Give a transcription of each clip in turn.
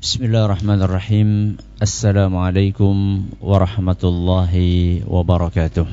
Bismillahirrahmanirrahim. Assalamualaikum warahmatullahi wabarakatuh.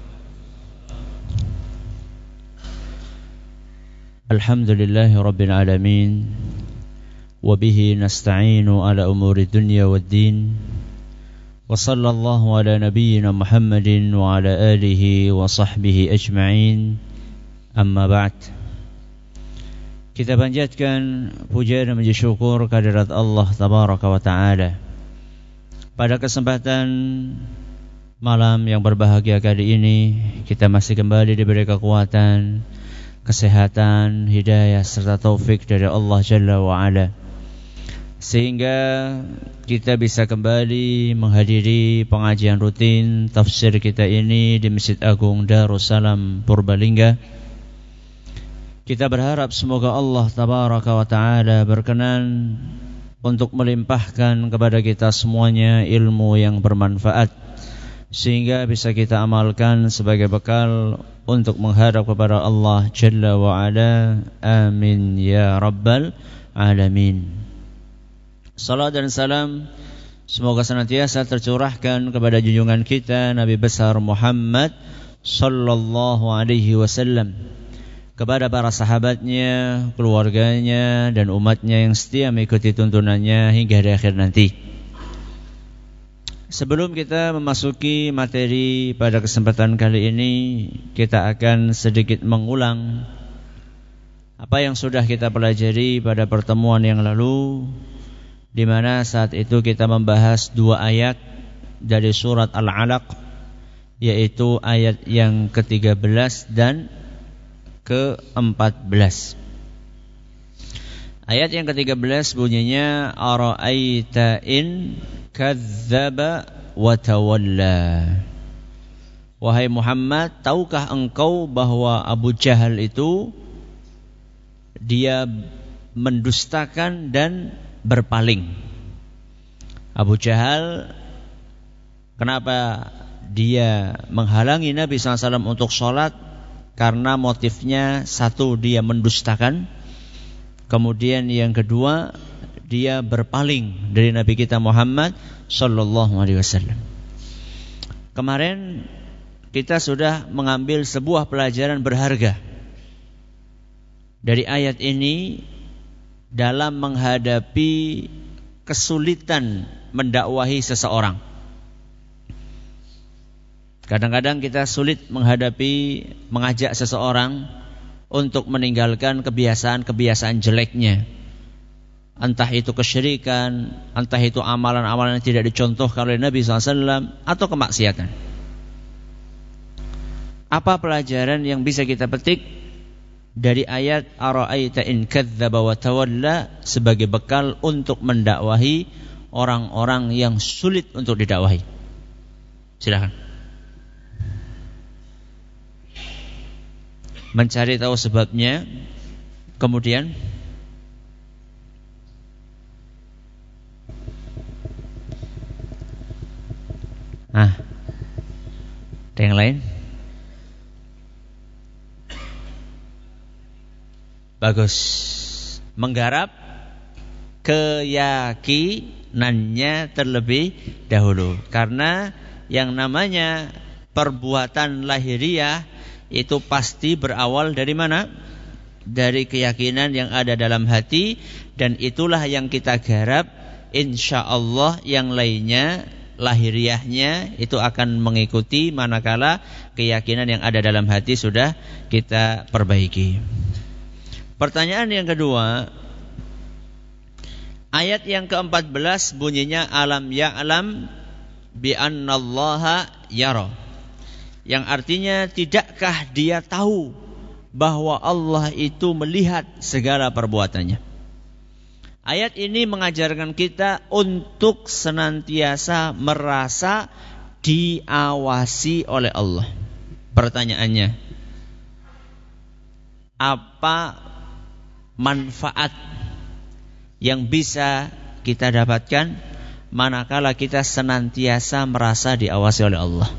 Alhamdulillahi rabbil alamin. Wabihi nasta'inu ala umuri dunya waddin. Wa sallallahu ala nabiyyina Muhammadin wa ala alihi wa sahbihi ajma'in. Amma ba'd. Kita panjatkan puja dan puji syukur kehadirat Allah Tabaraka wa Ta'ala. Pada kesempatan malam yang berbahagia kali ini, kita masih kembali diberi kekuatan, kesehatan, hidayah serta taufik dari Allah Jalla wa Ala, sehingga kita bisa kembali menghadiri pengajian rutin tafsir kita ini di Masjid Agung Darussalam Purbalingga. Kita berharap semoga Allah Tabaraka wa Ta'ala berkenan untuk melimpahkan kepada kita semuanya ilmu yang bermanfaat, sehingga bisa kita amalkan sebagai bekal untuk menghadap kepada Allah Jalla wa Ala. Amin ya Rabbal Alamin. Salat dan salam semoga senantiasa tercurahkan kepada junjungan kita Nabi besar Muhammad sallallahu alaihi wasallam, kepada para sahabatnya, keluarganya, dan umatnya yang setia mengikuti tuntunannya hingga di akhir nanti. Sebelum kita memasuki materi pada kesempatan kali ini, kita akan sedikit mengulang apa yang sudah kita pelajari pada pertemuan yang lalu, di mana saat itu kita membahas dua ayat dari surat Al-Alaq, yaitu ayat yang ke-13 dan ke-14. Ayat yang ke-13 bunyinya ara'aita in kadzdzaba wa tawalla. Wahai Muhammad, tahukah engkau bahwa Abu Jahal itu dia mendustakan dan berpaling. Abu Jahal, kenapa dia menghalangi Nabi SAW untuk sholat? Karena motifnya satu, dia mendustakan. Kemudian yang kedua, dia berpaling dari Nabi kita Muhammad sallallahu alaihi wasallam. Kemarin kita sudah mengambil sebuah pelajaran berharga dari ayat ini dalam menghadapi kesulitan mendakwahi seseorang. Kadang-kadang kita sulit mengajak seseorang untuk meninggalkan kebiasaan-kebiasaan jeleknya. Entah itu kesyirikan, entah itu amalan-amalan yang tidak dicontohkan oleh Nabi SAW, atau kemaksiatan. Apa pelajaran yang bisa kita petik dari ayat ara'aita in kadzdzaba wa tawalla sebagai bekal untuk mendakwahi orang-orang yang sulit untuk didakwahi? Silakan. Mencari tahu sebabnya, kemudian ada yang lain? Bagus. Menggarap keyakinannya terlebih dahulu, karena yang namanya perbuatan lahiriah itu pasti berawal dari mana? Dari keyakinan yang ada dalam hati, dan itulah yang kita garap. InsyaAllah yang lainnya, lahiriahnya itu akan mengikuti manakala keyakinan yang ada dalam hati sudah kita perbaiki. Pertanyaan yang kedua, ayat yang ke-14 bunyinya alam ya'lam bi annallaha yara, yang artinya tidakkah dia tahu bahwa Allah itu melihat segala perbuatannya. Ayat ini mengajarkan kita untuk senantiasa merasa diawasi oleh Allah. Pertanyaannya, apa manfaat yang bisa kita dapatkan manakala kita senantiasa merasa diawasi oleh Allah?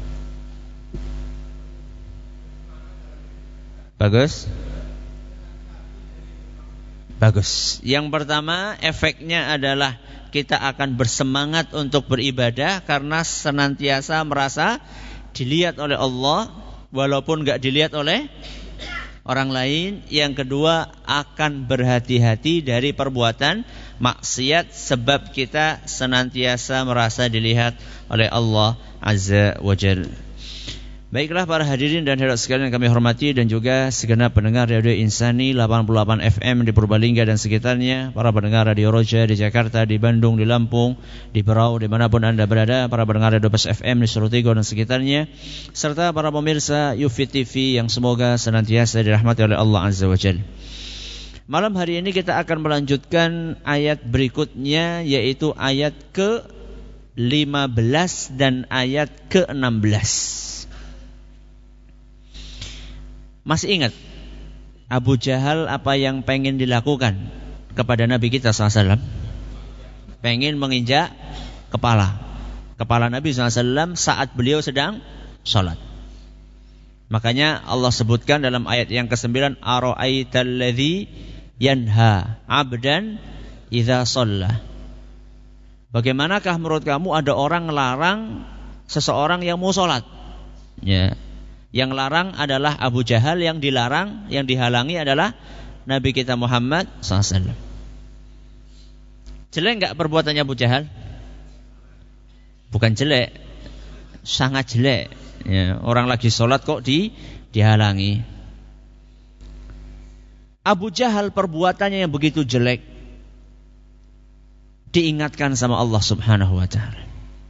Bagus? Bagus. Yang pertama, efeknya adalah kita akan bersemangat untuk beribadah karena senantiasa merasa dilihat oleh Allah walaupun enggak dilihat oleh orang lain. Yang kedua, akan berhati-hati dari perbuatan maksiat sebab kita senantiasa merasa dilihat oleh Allah Azza wa Jalla. Baiklah para hadirin dan hadirat sekalian yang kami hormati dan juga segenap pendengar Radio Insani 88 FM di Purbalingga dan sekitarnya, para pendengar Radio Roja di Jakarta, di Bandung, di Lampung, di Berau, dimanapun Anda berada, para pendengar Radio Bas FM di Surutigo dan sekitarnya, serta para pemirsa Yufit TV yang semoga senantiasa dirahmati oleh Allah Azza wa Jalla. Malam hari ini kita akan melanjutkan ayat berikutnya, yaitu ayat ke-15 dan ayat ke-16. Masih ingat Abu Jahal apa yang pengen dilakukan kepada Nabi kita SAW? Pengen menginjak kepala Nabi SAW saat beliau sedang sholat. Makanya Allah sebutkan dalam ayat yang ke-9, Ara'aital ladzi yanha 'abdan idza shalla. Bagaimanakah menurut kamu ada orang ngelarang seseorang yang mau sholat? Ya. Yang larang adalah Abu Jahal, yang dilarang, yang dihalangi adalah Nabi kita Muhammad SAW. Jelek enggak perbuatannya Abu Jahal? Bukan jelek, sangat jelek. Ya, orang lagi sholat kok dihalangi. Abu Jahal perbuatannya yang begitu jelek diingatkan sama Allah Subhanahu wa ta'ala.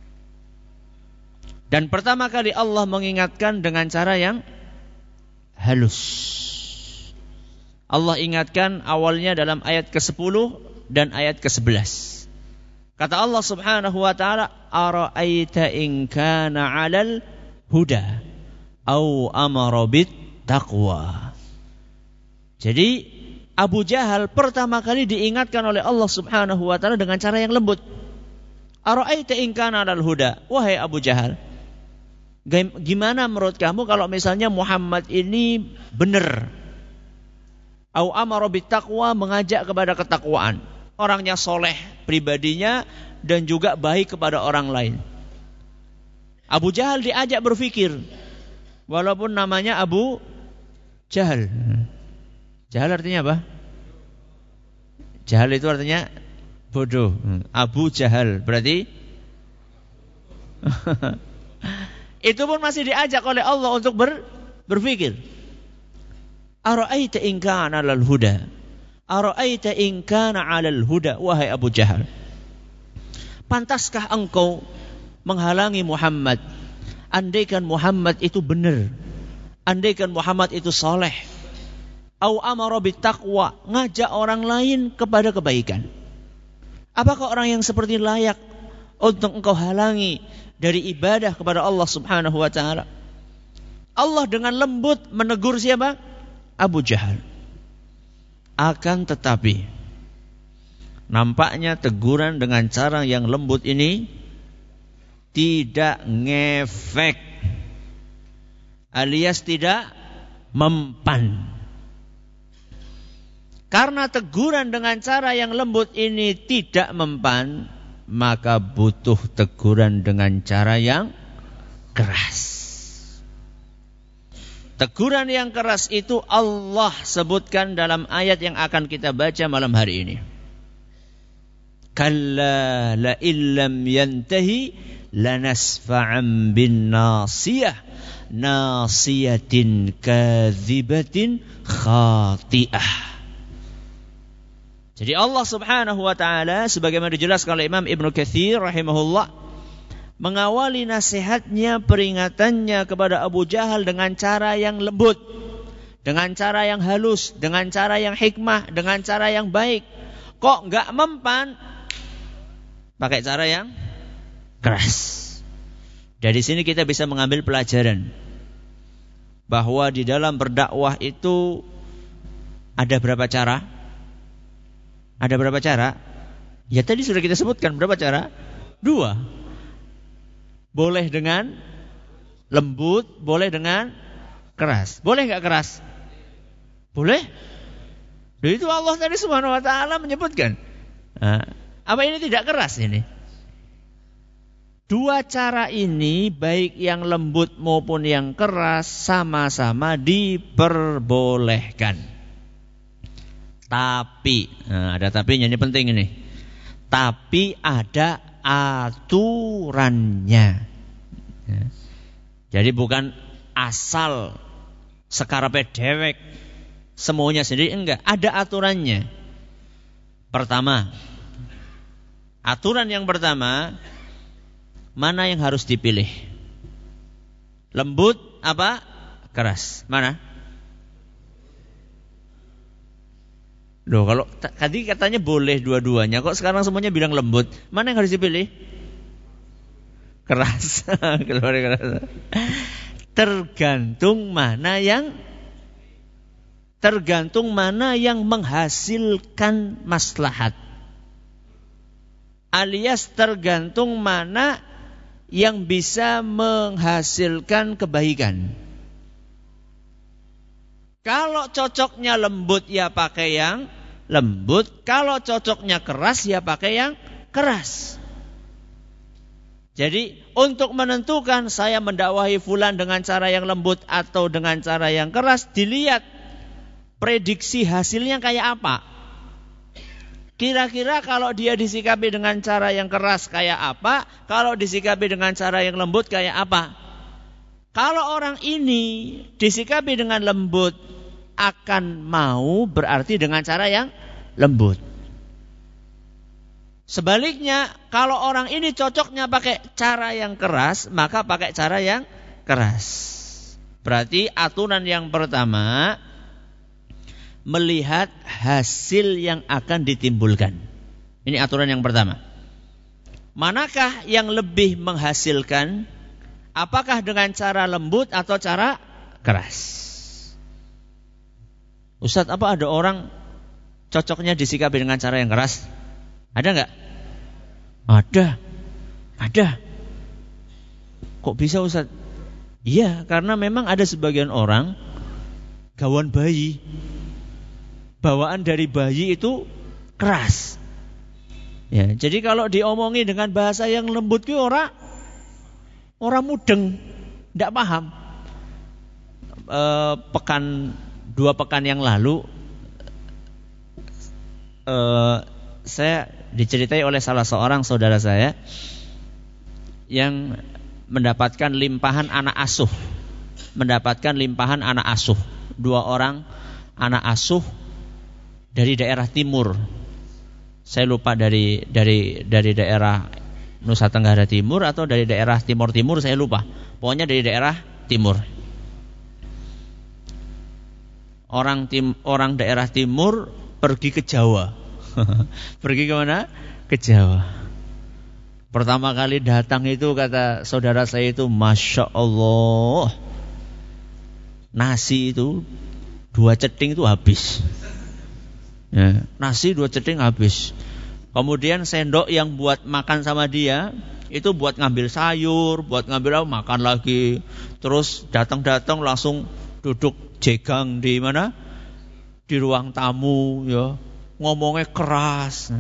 Dan pertama kali Allah mengingatkan dengan cara yang halus. Allah ingatkan awalnya dalam ayat ke-10 dan ayat ke-11. Kata Allah Subhanahu wa ta'ala, Ara'aita in kana 'alal huda au amara bit taqwa. Jadi Abu Jahal pertama kali diingatkan oleh Allah Subhanahu wa ta'ala dengan cara yang lembut. Ara'aita in kana 'alal huda, wahai Abu Jahal, gimana menurut kamu kalau misalnya Muhammad ini benar? Au amara bittaqwa, mengajak kepada ketakwaan. Orangnya soleh pribadinya dan juga baik kepada orang lain. Abu Jahal diajak berfikir, walaupun namanya Abu Jahal. Jahal artinya apa? Jahal itu artinya bodoh. Abu Jahal berarti itu pun masih diajak oleh Allah untuk berfikir. Ara'aita in kana 'alal huda. Ara'aita in kana 'alal huda, wahai Abu Jahal, pantaskah engkau menghalangi Muhammad? Andaikan Muhammad itu benar, andaikan Muhammad itu soleh. Au amara bittaqwa, ngajak orang lain kepada kebaikan. Apakah orang yang seperti layak untuk engkau halangi dari ibadah kepada Allah Subhanahu wa ta'ala? Allah dengan lembut menegur siapa? Abu Jahal. Akan tetapi nampaknya teguran dengan cara yang lembut ini tidak ngefek, alias tidak mempan. Karena teguran dengan cara yang lembut ini tidak mempan, maka butuh teguran dengan cara yang keras. Teguran yang keras itu Allah sebutkan dalam ayat yang akan kita baca malam hari ini. Kalla la illam yantahi lanasfa'an bin nasiyah nasiyatin kadzibatin khati'ah. Jadi Allah Subhanahu wa ta'ala sebagaimana dijelaskan oleh Imam Ibnu Katsir rahimahullah, mengawali nasihatnya, peringatannya kepada Abu Jahal dengan cara yang lembut, dengan cara yang halus, dengan cara yang hikmah, dengan cara yang baik. Kok enggak mempan? Pakai cara yang keras. Dari sini kita bisa mengambil pelajaran bahwa di dalam berdakwah itu ada berapa cara? Ada berapa cara? Ya tadi sudah kita sebutkan berapa cara? 2. Boleh dengan lembut, boleh dengan keras. Boleh enggak keras? Boleh. Dan itu Allah tadi Subhanahu wa ta'ala menyebutkan. Nah, Apa ini tidak keras ini? Dua cara ini, baik yang lembut maupun yang keras, sama-sama diperbolehkan. Tapi, ada tapinya, ini penting ini. Tapi ada aturannya. Jadi bukan asal sekarepe dewek, semuanya sendiri, enggak. Ada aturannya. Pertama, aturan yang pertama, mana yang harus dipilih? Lembut apa keras? Mana? Loh, kalau tadi katanya boleh dua-duanya, kok sekarang semuanya bilang lembut? Mana yang harus dipilih? Keras. Tergantung mana yang menghasilkan maslahat. Alias tergantung mana yang bisa menghasilkan kebaikan. Kalau cocoknya lembut ya pakai yang lembut, kalau cocoknya keras ya pakai yang keras. Jadi untuk menentukan saya mendakwahi fulan dengan cara yang lembut atau dengan cara yang keras, dilihat prediksi hasilnya kayak apa. Kira-kira kalau dia disikapi dengan cara yang keras kayak apa? Kalau disikapi dengan cara yang lembut kayak apa? Kalau orang ini disikapi dengan lembut, akan mau berarti dengan cara yang lembut. Sebaliknya, kalau orang ini cocoknya pakai cara yang keras, maka pakai cara yang keras. Berarti aturan yang pertama, melihat hasil yang akan ditimbulkan. Ini aturan yang pertama. Manakah yang lebih menghasilkan? Apakah dengan cara lembut atau cara keras? Ustadz, apa ada orang cocoknya disikapi dengan cara yang keras? Ada enggak? Ada. Kok bisa Ustadz? Iya, karena memang ada sebagian orang gawan bayi. Bawaan dari bayi itu keras. Ya, jadi kalau diomongi dengan bahasa yang lembut ki orang mudeng, tidak paham. 2 pekan yang lalu saya diceritai oleh salah seorang saudara saya yang mendapatkan limpahan anak asuh. 2 orang anak asuh dari daerah timur. Saya lupa dari daerah Nusa Tenggara Timur atau dari daerah Timur, saya lupa. Pokoknya dari daerah timur. Orang daerah timur pergi ke Jawa. Pergi ke mana? Ke Jawa. Pertama kali datang itu, kata saudara saya itu, Masya Allah, nasi itu 2 ceting itu habis. Ya, nasi 2 ceting habis. Kemudian sendok yang buat makan sama dia itu buat ngambil sayur, buat ngambil makan lagi. Terus datang langsung duduk jegang di mana? Di ruang tamu, ya. Ngomongnya keras.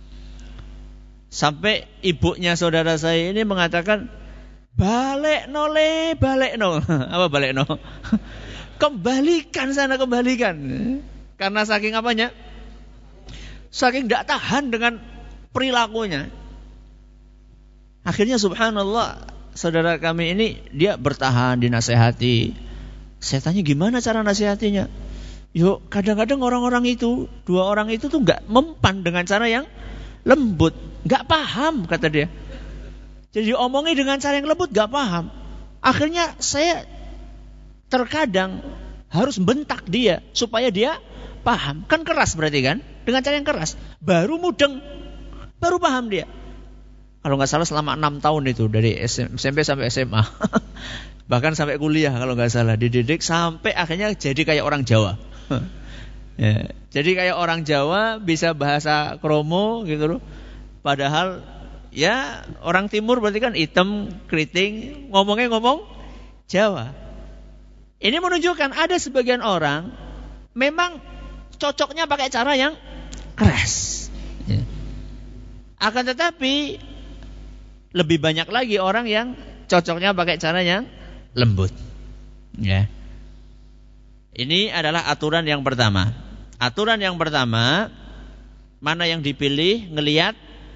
Sampai ibunya saudara saya ini mengatakan, balik no. Apa balik no? Kembalikan. Karena saking apanya? Saking tidak tahan dengan perilakunya. Akhirnya subhanallah, saudara kami ini dia bertahan, dinasehati. Saya tanya gimana cara nasihatinya? Yuk, kadang-kadang orang-orang itu, 2 orang itu tuh gak mempan dengan cara yang lembut. Gak paham, kata dia. Jadi diomongin dengan cara yang lembut, gak paham. Akhirnya saya terkadang harus bentak dia supaya dia paham. Kan keras berarti kan? Dengan cara yang keras. Baru mudeng, baru paham dia. Kalau gak salah selama 6 tahun itu, dari SMP sampai SMA. Bahkan sampai kuliah kalau gak salah, dididik sampai akhirnya jadi kayak orang Jawa. Ya, jadi kayak orang Jawa, bisa bahasa kromo gitu loh. Padahal ya orang timur berarti kan hitam, keriting, ngomong Jawa. Ini menunjukkan ada sebagian orang memang cocoknya pakai cara yang keras. Ya. Akan tetapi lebih banyak lagi orang yang cocoknya pakai cara yang lembut. Ya. Ini adalah aturan yang pertama. Aturan yang pertama, mana yang dipilih ngelihat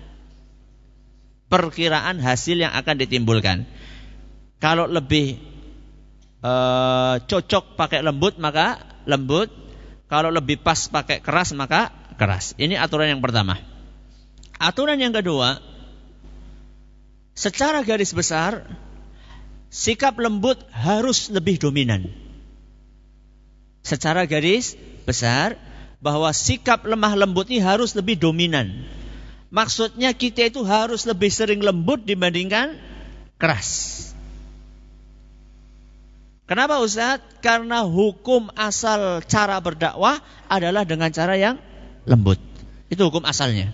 perkiraan hasil yang akan ditimbulkan. Kalau lebih cocok pakai lembut maka lembut, kalau lebih pas pakai keras maka keras. Ini aturan yang pertama. Aturan yang kedua, secara garis besar sikap lembut harus lebih dominan. Secara garis besar bahwa sikap lemah lembut ini harus lebih dominan. Maksudnya kita itu harus lebih sering lembut dibandingkan keras. Kenapa Ustaz? Karena hukum asal cara berdakwah adalah dengan cara yang lembut. Itu hukum asalnya.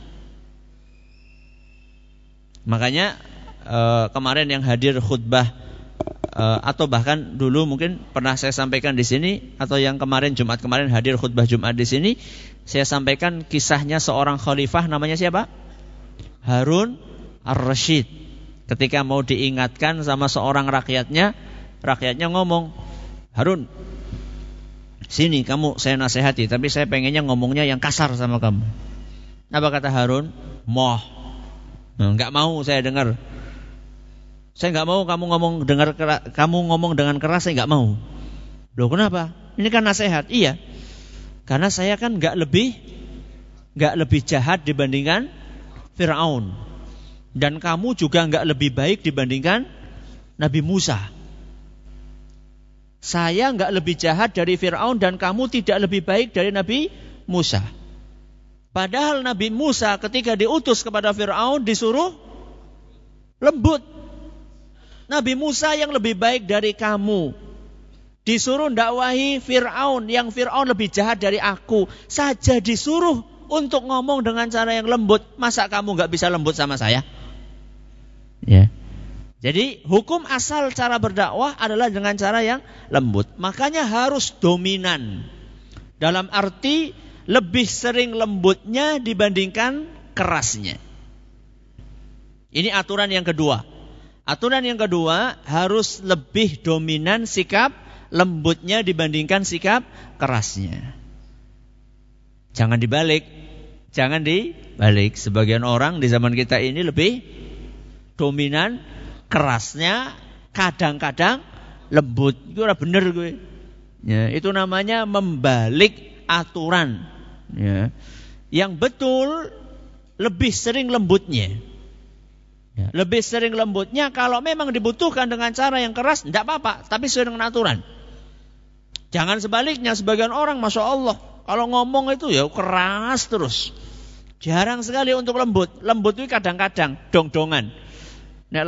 Makanya kemarin yang hadir khutbah atau bahkan dulu mungkin pernah saya sampaikan di sini, atau yang kemarin Jumat kemarin hadir khutbah Jumat di sini, saya sampaikan kisahnya seorang khalifah namanya siapa? Harun Ar-Rasyid. Ketika mau diingatkan sama seorang rakyatnya ngomong, Harun, sini kamu saya nasihati, tapi saya pengennya ngomongnya yang kasar sama kamu. Apa kata Harun? Moh, nggak mau saya dengar. Saya nggak mau kamu ngomong dengan keras, saya nggak mau. Loh kenapa? Ini kan nasihat. Iya, karena saya kan nggak lebih jahat dibandingkan Fir'aun, dan kamu juga nggak lebih baik dibandingkan Nabi Musa. Saya nggak lebih jahat dari Fir'aun dan kamu tidak lebih baik dari Nabi Musa. Padahal Nabi Musa ketika diutus kepada Fir'aun disuruh lembut. Nabi Musa yang lebih baik dari kamu disuruh dakwahi Fir'aun, yang Fir'aun lebih jahat dari aku saja disuruh untuk ngomong dengan cara yang lembut. Masa kamu nggak bisa lembut sama saya? Ya. Jadi hukum asal cara berdakwah adalah dengan cara yang lembut. Makanya harus dominan. Dalam arti lebih sering lembutnya dibandingkan kerasnya. Ini aturan yang kedua. Aturan yang kedua, harus lebih dominan sikap lembutnya dibandingkan sikap kerasnya. Jangan dibalik. Sebagian orang di zaman kita ini lebih dominan kerasnya, kadang-kadang lembut. Itu udah bener gue. Ya, itu namanya membalik aturan. Ya. Yang betul lebih sering lembutnya. Ya. Lebih sering lembutnya kalau memang dibutuhkan dengan cara yang keras, tidak apa-apa, tapi sesuai dengan aturan. Jangan sebaliknya, sebagian orang Masya Allah kalau ngomong itu ya keras terus. Jarang sekali untuk lembut. Lembut itu kadang-kadang dong-dongan. Nek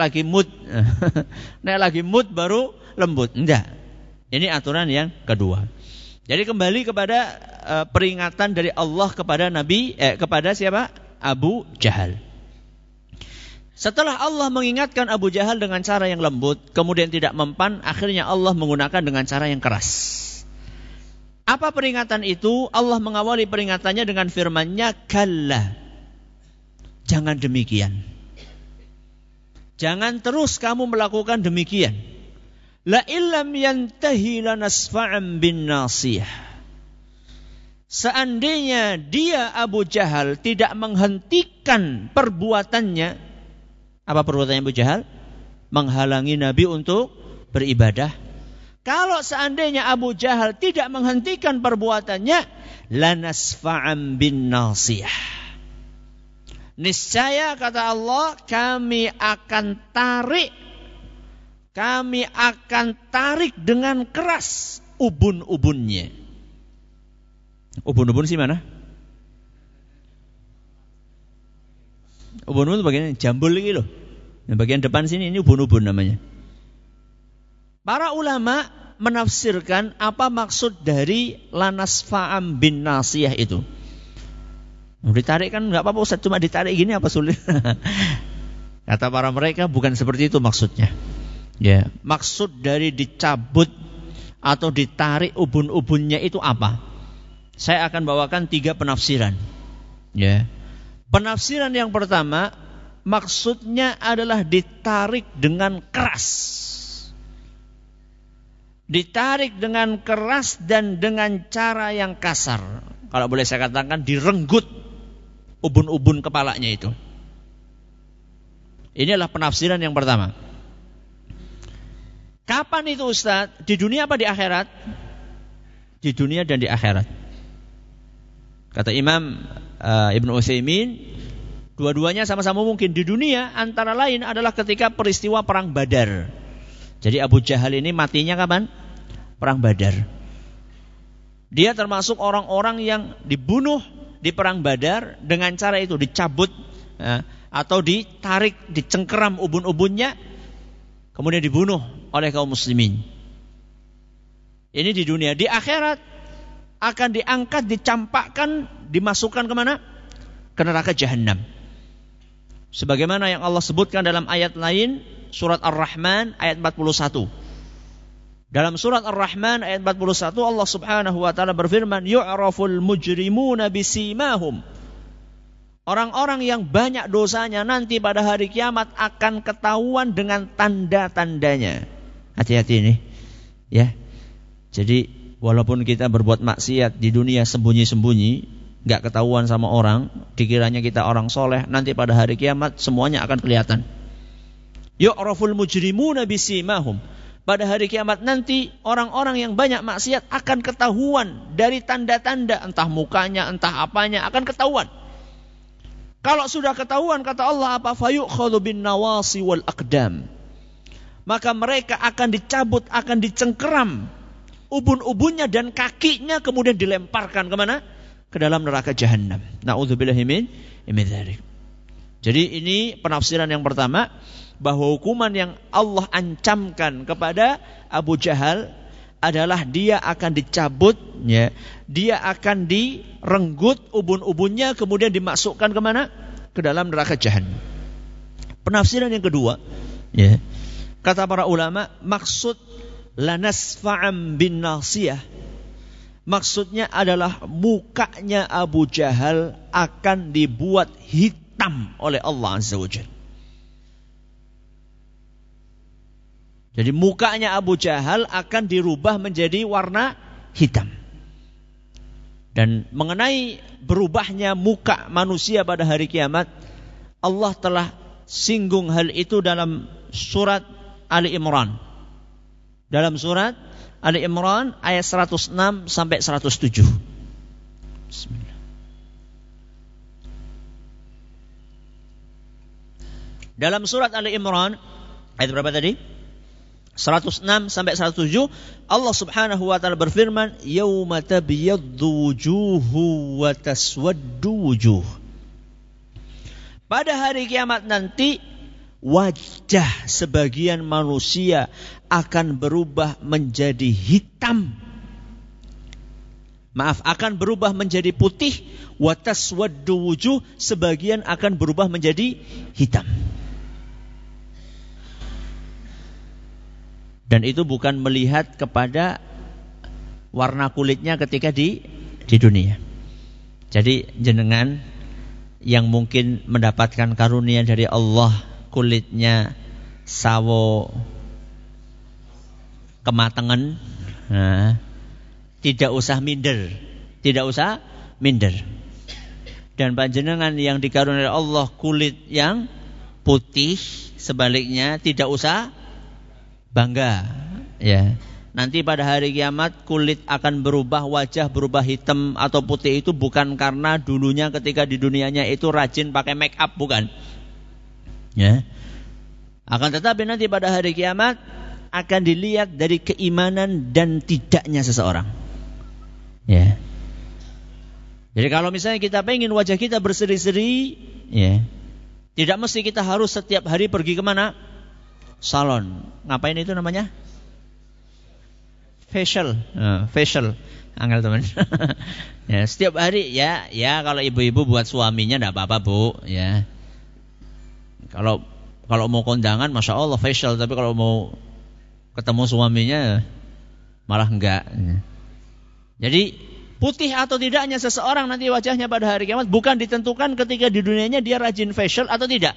lagi mood baru lembut. Enggak. Ini aturan yang kedua. Jadi kembali kepada peringatan dari Allah kepada kepada siapa? Abu Jahal. Setelah Allah mengingatkan Abu Jahal dengan cara yang lembut, kemudian tidak mempan, akhirnya Allah menggunakan dengan cara yang keras. Apa peringatan itu? Allah mengawali peringatannya dengan firman-Nya, "Kalla." Jangan demikian. Jangan terus kamu melakukan demikian. La illam yantahi lanasfa'an bin nasiyah. Seandainya dia Abu Jahal tidak menghentikan perbuatannya. Apa perbuatannya Abu Jahal? Menghalangi Nabi untuk beribadah. Kalau seandainya Abu Jahal tidak menghentikan perbuatannya, lanasfa'an bin nasiyah. Niscaya kata Allah, kami akan tarik dengan keras ubun-ubunnya. Ubun-ubun sih mana? Ubun-ubun itu bagian jambul ini loh. Yang bagian depan sini ini ubun-ubun namanya. Para ulama menafsirkan apa maksud dari lanasfa'am bin nasiyah itu. Ditarik kan nggak apa-apa Ustaz, cuma ditarik gini apa sulit? Kata para mereka bukan seperti itu maksudnya. Ya, maksud dari dicabut atau ditarik ubun-ubunnya itu apa? Saya akan bawakan 3 penafsiran. Ya. Penafsiran yang pertama, maksudnya adalah ditarik dengan keras. Ditarik dengan keras dan dengan cara yang kasar. Kalau boleh saya katakan, direnggut ubun-ubun kepalanya itu. Ini adalah penafsiran yang pertama. Kapan itu Ustaz? Di dunia apa di akhirat? Di dunia dan di akhirat. Kata Imam Ibn Utsaimin, dua-duanya sama-sama mungkin. Di dunia antara lain adalah ketika peristiwa perang Badar. Jadi Abu Jahal ini matinya kapan? Perang Badar. Dia termasuk orang-orang yang dibunuh di perang Badar dengan cara itu, dicabut atau ditarik, dicengkeram ubun-ubunnya, kemudian dibunuh oleh kaum muslimin. Ini di dunia. Di akhirat akan diangkat, dicampakkan, dimasukkan kemana? Ke neraka Jahannam. Sebagaimana yang Allah sebutkan dalam ayat lain, surat Ar-Rahman ayat 41. Dalam surat Ar-Rahman ayat 41 Allah Subhanahu wa taala berfirman, yu'raful mujrimuna bisimahum. Orang-orang yang banyak dosanya nanti pada hari kiamat akan ketahuan dengan tanda-tandanya. Hati-hati ini, ya. Jadi walaupun kita berbuat maksiat di dunia sembunyi-sembunyi, enggak ketahuan sama orang, dikiranya kita orang soleh, nanti pada hari kiamat semuanya akan kelihatan. Yu'raful mujrimuna bisimahum. Pada hari kiamat nanti orang-orang yang banyak maksiat akan ketahuan dari tanda-tanda, entah mukanya, entah apanya, akan ketahuan. Kalau sudah ketahuan, kata Allah apa? Fayu'khadhu bin nawasi wal aqdam. Maka mereka akan dicabut, akan dicengkeram ubun-ubunnya dan kakinya, kemudian dilemparkan kemana? Ke dalam neraka Jahannam. Na'udzubillahi min dzalik. Jadi ini penafsiran yang pertama, bahwa hukuman yang Allah ancamkan kepada Abu Jahal adalah dia akan dicabut, ya, dia akan direnggut ubun-ubunnya, kemudian dimasukkan kemana? Ke dalam neraka Jahannam. Penafsiran yang kedua, ya, kata para ulama, maksud lanasfa'am bin nasiyah, maksudnya adalah mukanya Abu Jahal akan dibuat hitam oleh Allah Azza wa Jalla. Jadi mukanya Abu Jahal akan dirubah menjadi warna hitam. Dan mengenai berubahnya muka manusia pada hari kiamat, Allah telah singgung hal itu dalam surat Ali Imran. Dalam surat Ali Imran ayat 106 sampai 107. Bismillah. Dalam surat Ali Imran ayat berapa tadi? 106 sampai 107, Allah Subhanahu wa taala berfirman, yauma tabyaddu wujuhu wa taswaddu wujuh. Pada hari kiamat nanti wajah sebagian manusia akan berubah menjadi hitam. Akan berubah menjadi putih, wa taswaddu wujuh, sebagian akan berubah menjadi hitam. Dan itu bukan melihat kepada warna kulitnya ketika di dunia. Jadi jenengan yang mungkin mendapatkan karunia dari Allah, kulitnya sawo kematangan, tidak usah minder. Dan panjenengan yang dikaruniai Allah kulit yang putih, sebaliknya tidak usah bangga, ya. Nanti pada hari kiamat kulit akan berubah, wajah berubah hitam atau putih itu bukan karena dulunya ketika di dunianya itu rajin pakai make up, bukan. Ya. Akan tetapi nanti pada hari kiamat akan dilihat dari keimanan dan tidaknya seseorang. Ya. Jadi kalau misalnya kita pengen wajah kita berseri-seri, ya, tidak mesti kita harus setiap hari pergi kemana? Salon. Ngapain itu namanya? Facial. Facial. Angel teman. Ya, setiap hari ya kalau ibu-ibu buat suaminya enggak apa-apa, Bu, ya. Kalau mau kondangan Masya Allah facial, tapi kalau mau ketemu suaminya malah enggak. Jadi Putih atau tidaknya seseorang nanti wajahnya pada hari kiamat bukan ditentukan ketika di dunianya dia rajin facial atau tidak.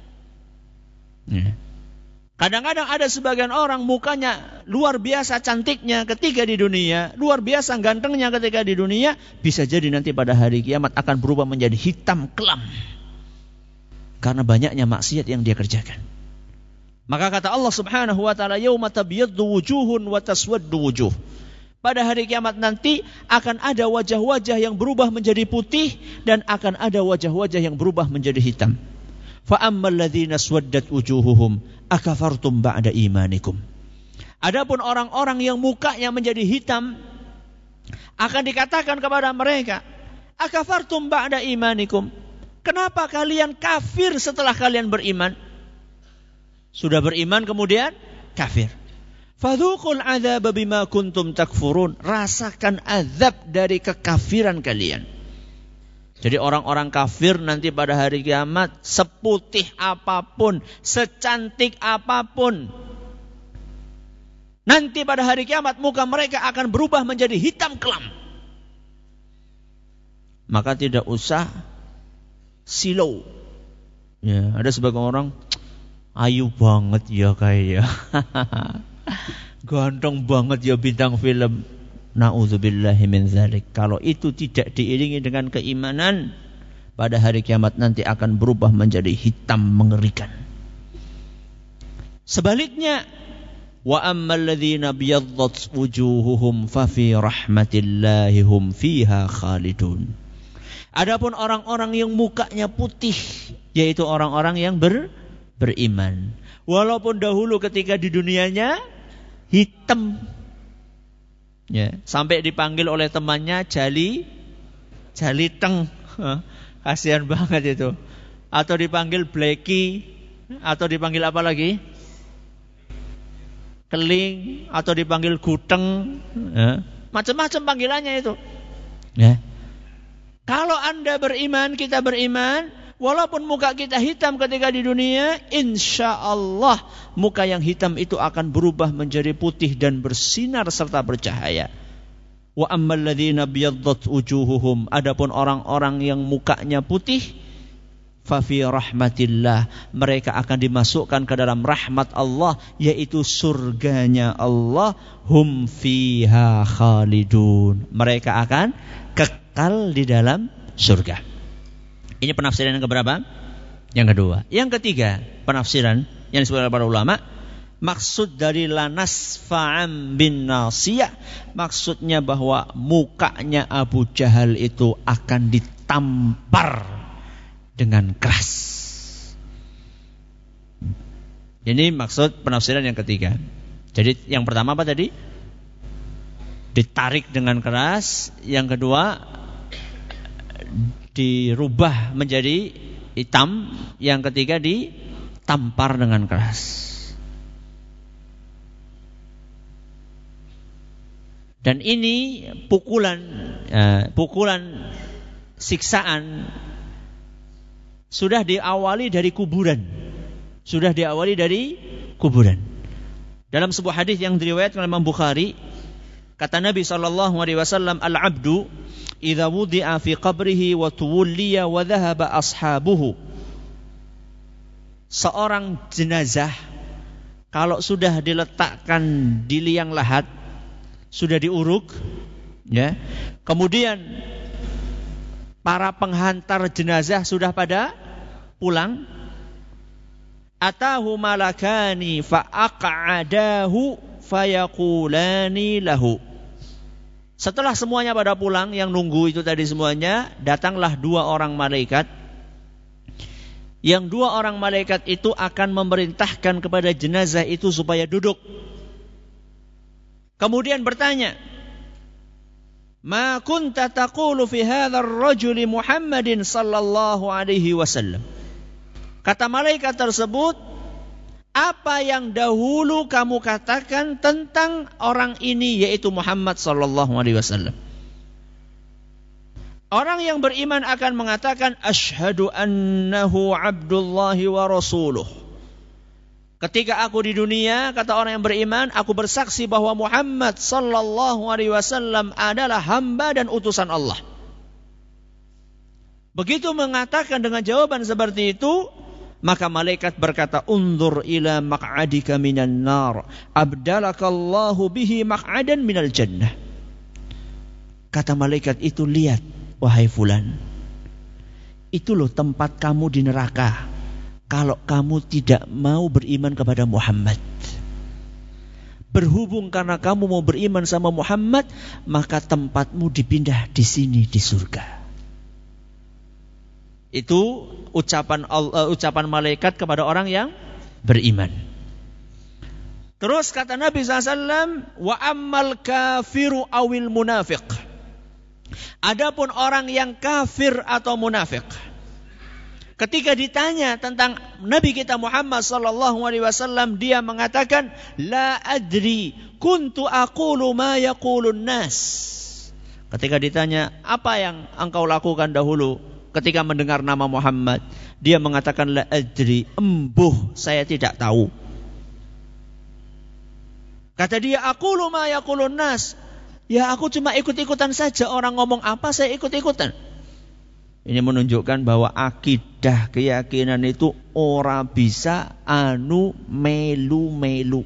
Kadang-kadang ada sebagian orang mukanya luar biasa cantiknya ketika di dunia, luar biasa gantengnya ketika di dunia, bisa jadi nanti pada hari kiamat akan berubah menjadi hitam kelam karena banyaknya maksiat yang dia kerjakan. Maka kata Allah Subhanahu wa taala, yauma tabyaddu wujuhun wa taswaddu wujuh. Pada hari kiamat nanti akan ada wajah-wajah yang berubah menjadi putih dan akan ada wajah-wajah yang berubah menjadi hitam. Fa ammal ladzina swaddat wujuhuhum akafartum ba'da imanikum. Adapun orang-orang yang mukanya menjadi hitam akan dikatakan kepada mereka, akafartum ba'da imanikum. Kenapa kalian kafir setelah kalian beriman? Sudah beriman kemudian kafir. Fadzuqul adzaba bima kuntum takfurun. Rasakan azab dari kekafiran kalian. Jadi orang-orang kafir nanti pada hari kiamat seputih apapun, secantik apapun, nanti pada hari kiamat muka mereka akan berubah menjadi hitam kelam. Maka tidak usah silau. Ya, ada sebagian orang ayu banget ya kayak. Ganteng banget ya bintang film. Na'udzubillahi min dzalik. Kalau itu tidak diiringi dengan keimanan, pada hari kiamat nanti akan berubah menjadi hitam mengerikan. Sebaliknya, wa ammal ladzina biyaddat wujuhuhum fa fi rahmatillahi hum fiha khalidun. Adapun orang-orang yang mukanya putih, yaitu orang-orang yang beriman. Walaupun dahulu ketika di dunianya hitam, ya, sampai dipanggil oleh temannya jaliteng, kasihan banget itu. Atau dipanggil bleki, atau dipanggil apa lagi? Keling, atau dipanggil guteng, ya. Macam-macam panggilannya itu. Ya. Kalau Anda beriman, kita beriman, walaupun muka kita hitam ketika di dunia, insya Allah muka yang hitam itu akan berubah menjadi putih dan bersinar serta bercahaya. Wa ammal ladzina biyaddat wujuhuhum, adapun orang-orang yang mukanya putih, fa fi rahmatillah, mereka akan dimasukkan ke dalam rahmat Allah, yaitu surganya Allah, hum fiha khalidun, mereka akan kekal di dalam surga. Ini penafsiran yang keberapa? Yang kedua. Yang ketiga, penafsiran yang disebutkan para ulama, maksud dari lanas fa'am bin nasiyah, maksudnya bahwa mukanya Abu Jahal itu akan ditampar dengan keras. Ini maksud penafsiran yang ketiga. Jadi yang pertama apa tadi? Ditarik dengan keras. Yang kedua, dirubah menjadi hitam. Yang ketiga, ditampar dengan keras. Dan ini pukulan siksaan sudah diawali dari kuburan. Dalam sebuah hadis yang diriwayatkan oleh Imam Bukhari, kata Nabi SAW, al-abdu idza wudi'a fi qabrihi wa tuwliya wa dhahaba ashabuhu. Seorang jenazah kalau sudah diletakkan di liang lahat, sudah diuruk, ya. Kemudian para penghantar jenazah sudah pada pulang. Atahu malakani fa aq'adahu fayaqulani lahu. Setelah semuanya pada pulang, yang nunggu itu tadi semuanya, datanglah dua orang malaikat. Yang dua orang malaikat itu akan memerintahkan kepada jenazah itu supaya duduk. Kemudian bertanya, "Ma kunta taqulu fi hadzal rajuli Muhammadin sallallahu alaihi wasallam?" Kata malaikat tersebut, apa yang dahulu kamu katakan tentang orang ini, yaitu Muhammad sallallahu alaihi wasallam? Orang yang beriman akan mengatakan, asyhadu annahu abdullahi wa rasuluh. Ketika aku di dunia, kata orang yang beriman, aku bersaksi bahwa Muhammad sallallahu alaihi wasallam adalah hamba dan utusan Allah. Begitu mengatakan dengan jawaban seperti itu, maka malaikat berkata, unzur ila maq'adika minan nar, abdalakallahu bihi maq'adan minal jannah. Kata malaikat itu, lihat wahai fulan, itu loh tempat kamu di neraka. Kalau kamu tidak mau beriman kepada Muhammad, berhubung karena kamu mau beriman sama Muhammad, maka tempatmu dipindah di sini di surga. Itu ucapan malaikat kepada orang yang beriman. Terus kata Nabi SAW, wa ammal kafiru awil munafiq. Adapun orang yang kafir atau munafik, ketika ditanya tentang Nabi kita Muhammad sallallahu alaihi wasallam, dia mengatakan, la adri kuntu aqulu ma yaqulun nas. Ketika ditanya, apa yang engkau lakukan dahulu ketika mendengar nama Muhammad, dia mengatakan, la adri, embuh, saya tidak tahu. Kata dia, aqulu ma yaqulun nas, ya aku cuma ikut-ikutan saja, orang ngomong apa saya ikut-ikutan. Ini menunjukkan bahwa akidah, keyakinan itu ora bisa melu-melu.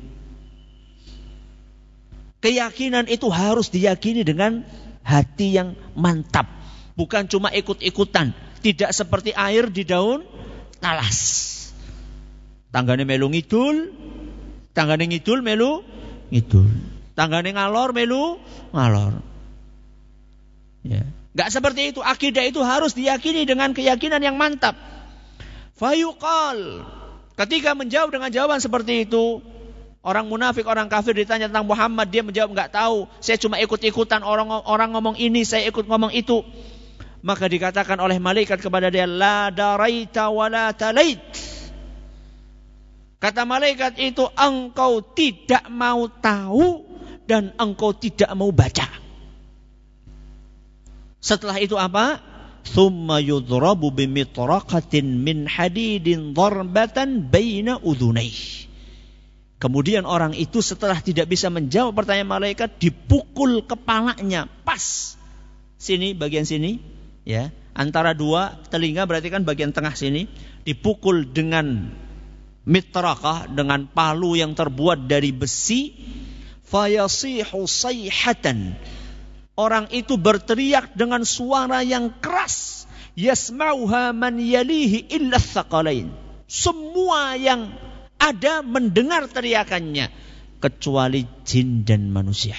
Keyakinan itu harus diyakini dengan hati yang mantap, bukan cuma ikut-ikutan. Tidak seperti air di daun talas. Tanggane melu ngidul, tanggane ngidul melu ngidul, tanggane ngalor melu ngalor. Ya. Gak seperti itu. Akidah itu harus diyakini dengan keyakinan yang mantap. Fayuqal, ketika menjawab dengan jawaban seperti itu, orang munafik, orang kafir ditanya tentang Muhammad, dia menjawab gak tahu, saya cuma ikut-ikutan, orang ngomong ini, saya ikut ngomong itu. Maka dikatakan oleh malaikat kepada dia, la daraita wa la talait. Kata malaikat itu, engkau tidak mau tahu dan engkau tidak mau baca. Setelah itu apa? Thumma yudrabu bimitraqatin min hadidin darbatan baina udhunayhi. Kemudian orang itu setelah tidak bisa menjawab pertanyaan malaikat, dipukul kepalanya pas sini, bagian sini, ya, antara dua telinga, berarti kan bagian tengah sini, dipukul dengan mitraqah, dengan palu yang terbuat dari besi. Fayasihu sayhatan, orang itu berteriak dengan suara yang keras. Yasma'uha man yalihi illa tsaqalain. Semua yang ada mendengar teriakannya, kecuali jin dan manusia.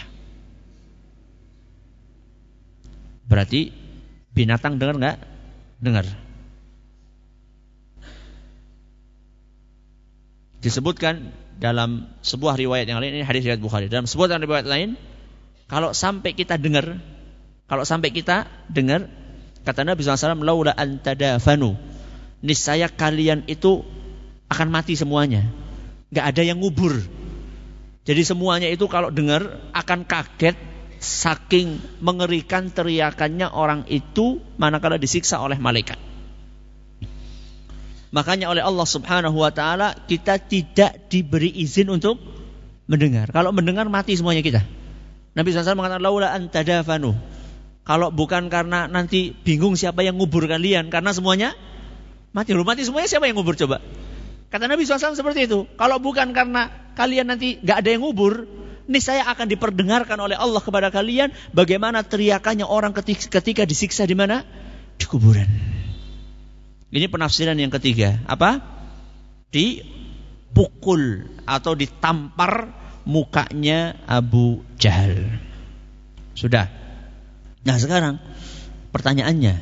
Berarti binatang dengar enggak? Dengar. Disebutkan dalam sebuah riwayat yang lain, ini hadis riwayat Bukhari. Dalam sebuah riwayat lain, kalau sampai kita dengar, kata Nabi SAW, laula an tadafanu, niscaya kalian itu akan mati semuanya. Gak ada yang ngubur. Jadi semuanya itu kalau dengar akan kaget, saking mengerikan teriakannya orang itu manakala disiksa oleh malaikat. Makanya oleh Allah Subhanahu wa taala kita tidak diberi izin untuk mendengar. Kalau mendengar mati semuanya kita. Nabi SAW mengatakan laula an tadafanu. Kalau bukan karena nanti bingung siapa yang ngubur kalian, karena semuanya mati. Mati semuanya, siapa yang ngubur coba? Kata Nabi SAW seperti itu. Kalau bukan karena kalian nanti gak ada yang ngubur, niscaya akan diperdengarkan oleh Allah kepada kalian bagaimana teriakannya orang ketika disiksa di mana? Di kuburan. Ini penafsiran yang ketiga. Apa? Dipukul atau ditampar mukanya Abu Jahal. Sudah. Nah sekarang pertanyaannya,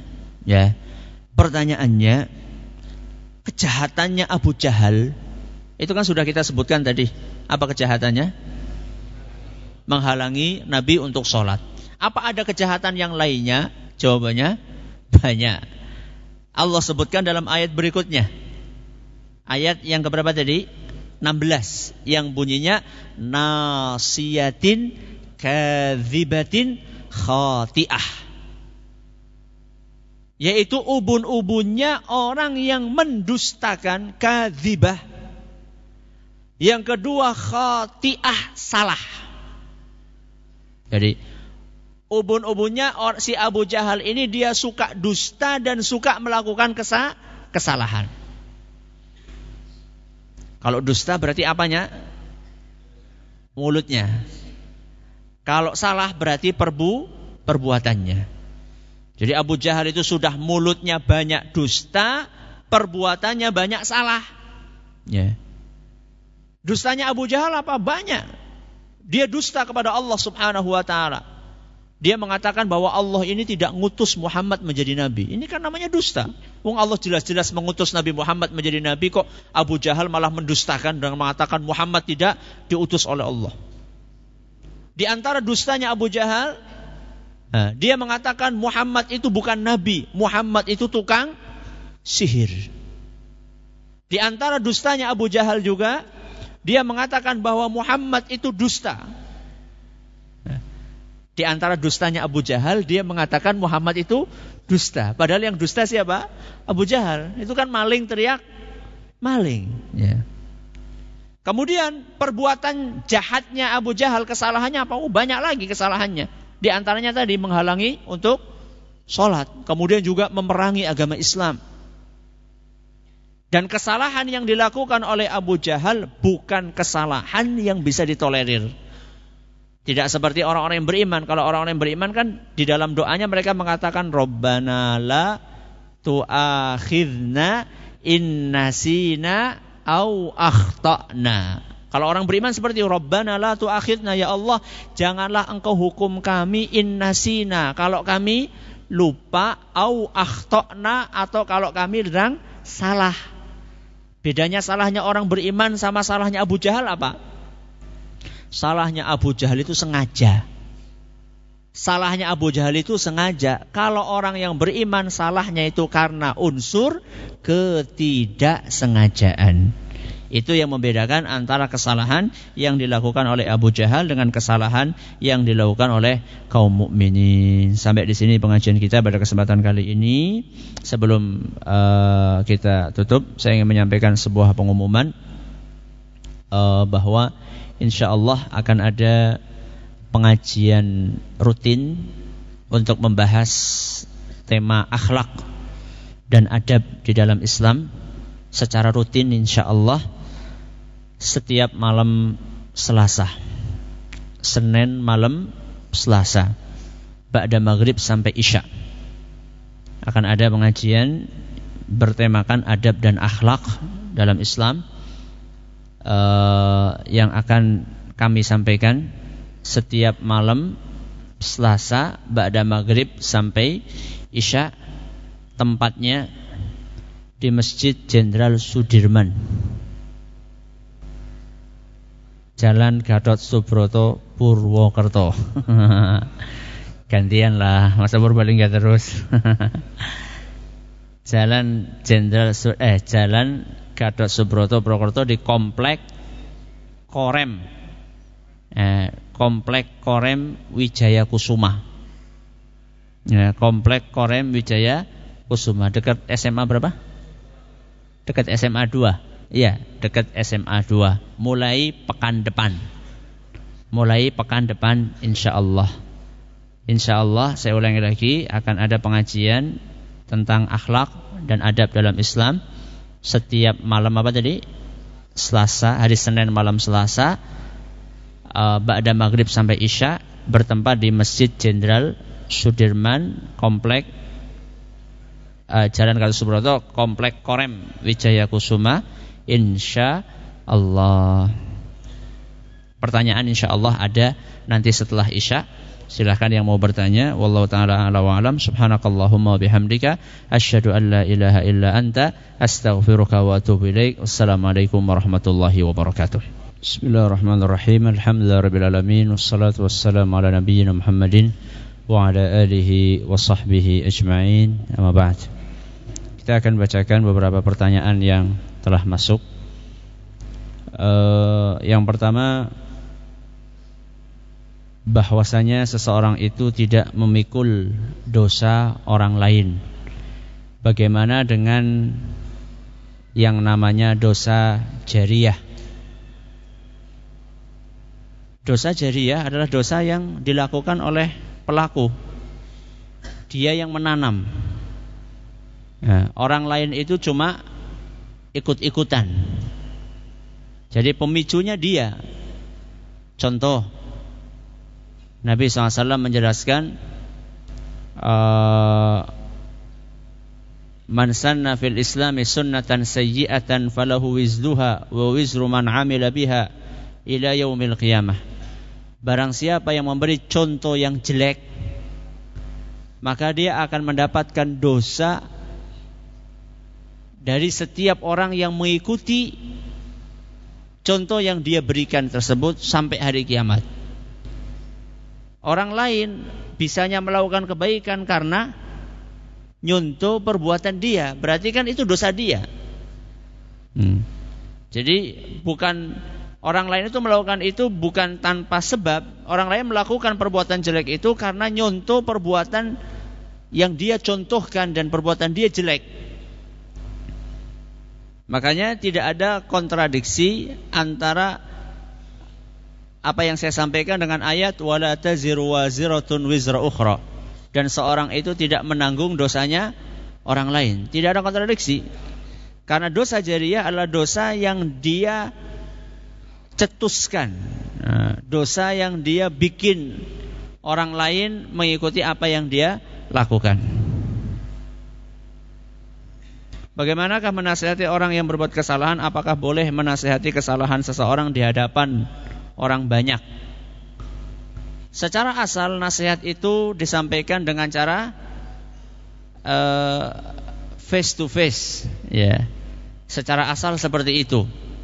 kejahatannya Abu Jahal itu kan sudah kita sebutkan tadi. Apa kejahatannya? Menghalangi Nabi untuk sholat. Apa ada kejahatan yang lainnya? Jawabannya banyak. Allah sebutkan dalam ayat berikutnya. Ayat yang keberapa tadi? 16. Yang bunyinya nasiyatin kadzibatin khati'ah. Yaitu ubun-ubunnya orang yang mendustakan, kadzibah, Yang kedua khati'ah, salah. Jadi ubun-ubunnya si Abu Jahal ini dia suka dusta dan suka melakukan kesalahan. Kalau dusta berarti apanya? Mulutnya. Kalau salah berarti perbuatannya. Jadi Abu Jahal itu sudah mulutnya banyak dusta, perbuatannya banyak salah. Ya. Dustanya Abu Jahal apa? Banyak. Dia dusta kepada Allah Subhanahu wa taala. Dia mengatakan bahwa Allah ini tidak ngutus Muhammad menjadi nabi. Ini kan namanya dusta. Wong Allah jelas-jelas mengutus Nabi Muhammad menjadi nabi, kok Abu Jahal malah mendustakan dengan mengatakan Muhammad tidak diutus oleh Allah. Di antara dustanya Abu Jahal, dia mengatakan Muhammad itu bukan nabi, Muhammad itu tukang sihir. Di antara dustanya Abu Jahal juga, dia mengatakan bahwa Muhammad itu dusta. Di antara dustanya Abu Jahal, dia mengatakan Muhammad itu dusta. Padahal yang dusta siapa? Abu Jahal. Itu kan maling, teriak maling. Ya. Kemudian perbuatan jahatnya Abu Jahal, kesalahannya apa? Banyak lagi kesalahannya. Di antaranya tadi menghalangi untuk sholat. Kemudian juga memerangi agama Islam. Dan kesalahan yang dilakukan oleh Abu Jahal bukan kesalahan yang bisa ditolerir. Tidak seperti orang-orang yang beriman. Kalau orang-orang yang beriman kan di dalam doanya mereka mengatakan Rabbana la tu'akhidna in nasina au akhtana. Kalau orang beriman seperti Rabbana la tu'akhidna, ya Allah janganlah engkau hukum kami in nasina, kalau kami lupa, au akhtana, atau kalau kami sedang salah. Bedanya salahnya orang beriman sama salahnya Abu Jahal apa? Salahnya Abu Jahal itu sengaja. Salahnya Abu Jahal itu sengaja. Kalau orang yang beriman salahnya itu karena unsur ketidaksengajaan. Itu yang membedakan antara kesalahan yang dilakukan oleh Abu Jahal dengan kesalahan yang dilakukan oleh kaum mukminin. Sampai di sini pengajian kita pada kesempatan kali ini. Sebelum kita tutup, saya ingin menyampaikan sebuah pengumuman bahwa insyaallah akan ada pengajian rutin untuk membahas tema akhlak dan adab di dalam Islam secara rutin insyaallah setiap malam Selasa, Senin malam Selasa, ba'da maghrib sampai Isya akan ada pengajian bertemakan adab dan akhlak dalam Islam yang akan kami sampaikan setiap malam Selasa ba'da maghrib sampai Isya. Tempatnya di Masjid Jenderal Sudirman, Jalan Gatot Subroto, Purwokerto. Gantian lah, masa Purbalingga terus. Jalan Jalan Gatot Subroto Purwokerto di Komplek Korem. Komplek Korem Wijaya Kusuma. Komplek Korem Wijaya Kusuma, dekat SMA berapa? Dekat SMA 2. Iya, dekat SMA 2. Mulai pekan depan insyaallah. Insyaallah, saya ulangi lagi, akan ada pengajian tentang akhlak dan adab dalam Islam setiap malam apa tadi? Selasa, hari Senin malam Selasa, ba'da maghrib sampai Isya, bertempat di Masjid Jenderal Sudirman, Komplek Jalan Gatot Subroto, Komplek Korem Wijaya Kusuma, insyaallah. Pertanyaan insyaallah ada nanti setelah Isya. Silahkan yang mau bertanya. Wallahu ta'ala a'la wa a'lam. Subhanakallahumma wa bihamdika asyhadu an la ilaha illa anta astaghfiruka wa atubu ilaik. Wassalamualaikum warahmatullahi wabarakatuh. Bismillahirrahmanirrahim. Alhamdulillahirabbil alamin, wassalatu wassalamu ala nabiyyina Muhammadin wa ala alihi wa sahbihi ajma'in. Amma ba'd. Kita akan bacakan beberapa pertanyaan yang telah masuk. Yang pertama, bahwasanya seseorang itu tidak memikul dosa orang lain. Bagaimana dengan yang namanya dosa jariyah? Dosa jariyah adalah dosa yang dilakukan oleh pelaku. Dia yang menanam. Nah, orang lain itu cuma ikut-ikutan. Jadi pemicunya dia. Contoh, Nabi SAW menjelaskan, man sanna fil islami sunnatan sayyi'atan falahu wizruha wa wizru man amila biha ila yaumil qiyamah. Barang siapa yang memberi contoh yang jelek, maka dia akan mendapatkan dosa dari setiap orang yang mengikuti contoh yang dia berikan tersebut sampai hari kiamat. Orang lain bisanya melakukan kebaikan karena nyontoh perbuatan dia, berarti kan itu dosa dia. Jadi bukan orang lain itu melakukan itu bukan tanpa sebab. Orang lain melakukan perbuatan jelek itu karena nyontoh perbuatan yang dia contohkan dan perbuatan dia jelek. Makanya tidak ada kontradiksi antara apa yang saya sampaikan dengan ayat wala taziru waziratun wizra ukhra, dan seorang itu tidak menanggung dosanya orang lain. Tidak ada kontradiksi. Karena dosa jariyah adalah dosa yang dia cetuskan, dosa yang dia bikin orang lain mengikuti apa yang dia lakukan. Bagaimanakah menasihati orang yang berbuat kesalahan? Apakah boleh menasihati kesalahan seseorang di hadapan orang banyak? Secara asal nasihat itu disampaikan dengan cara face to face, ya. Secara asal seperti itu.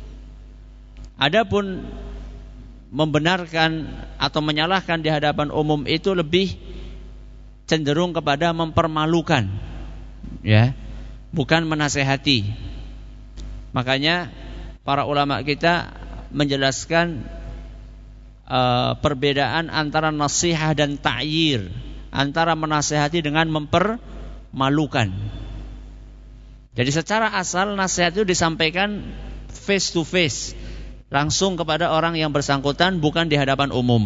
Adapun membenarkan atau menyalahkan di hadapan umum itu lebih cenderung kepada mempermalukan, ya, bukan menasehati. Makanya para ulama kita menjelaskan perbedaan antara nasihat dan ta'yir, antara menasehati dengan mempermalukan. Jadi secara asal nasihat itu disampaikan face to face, langsung kepada orang yang bersangkutan, bukan di hadapan umum.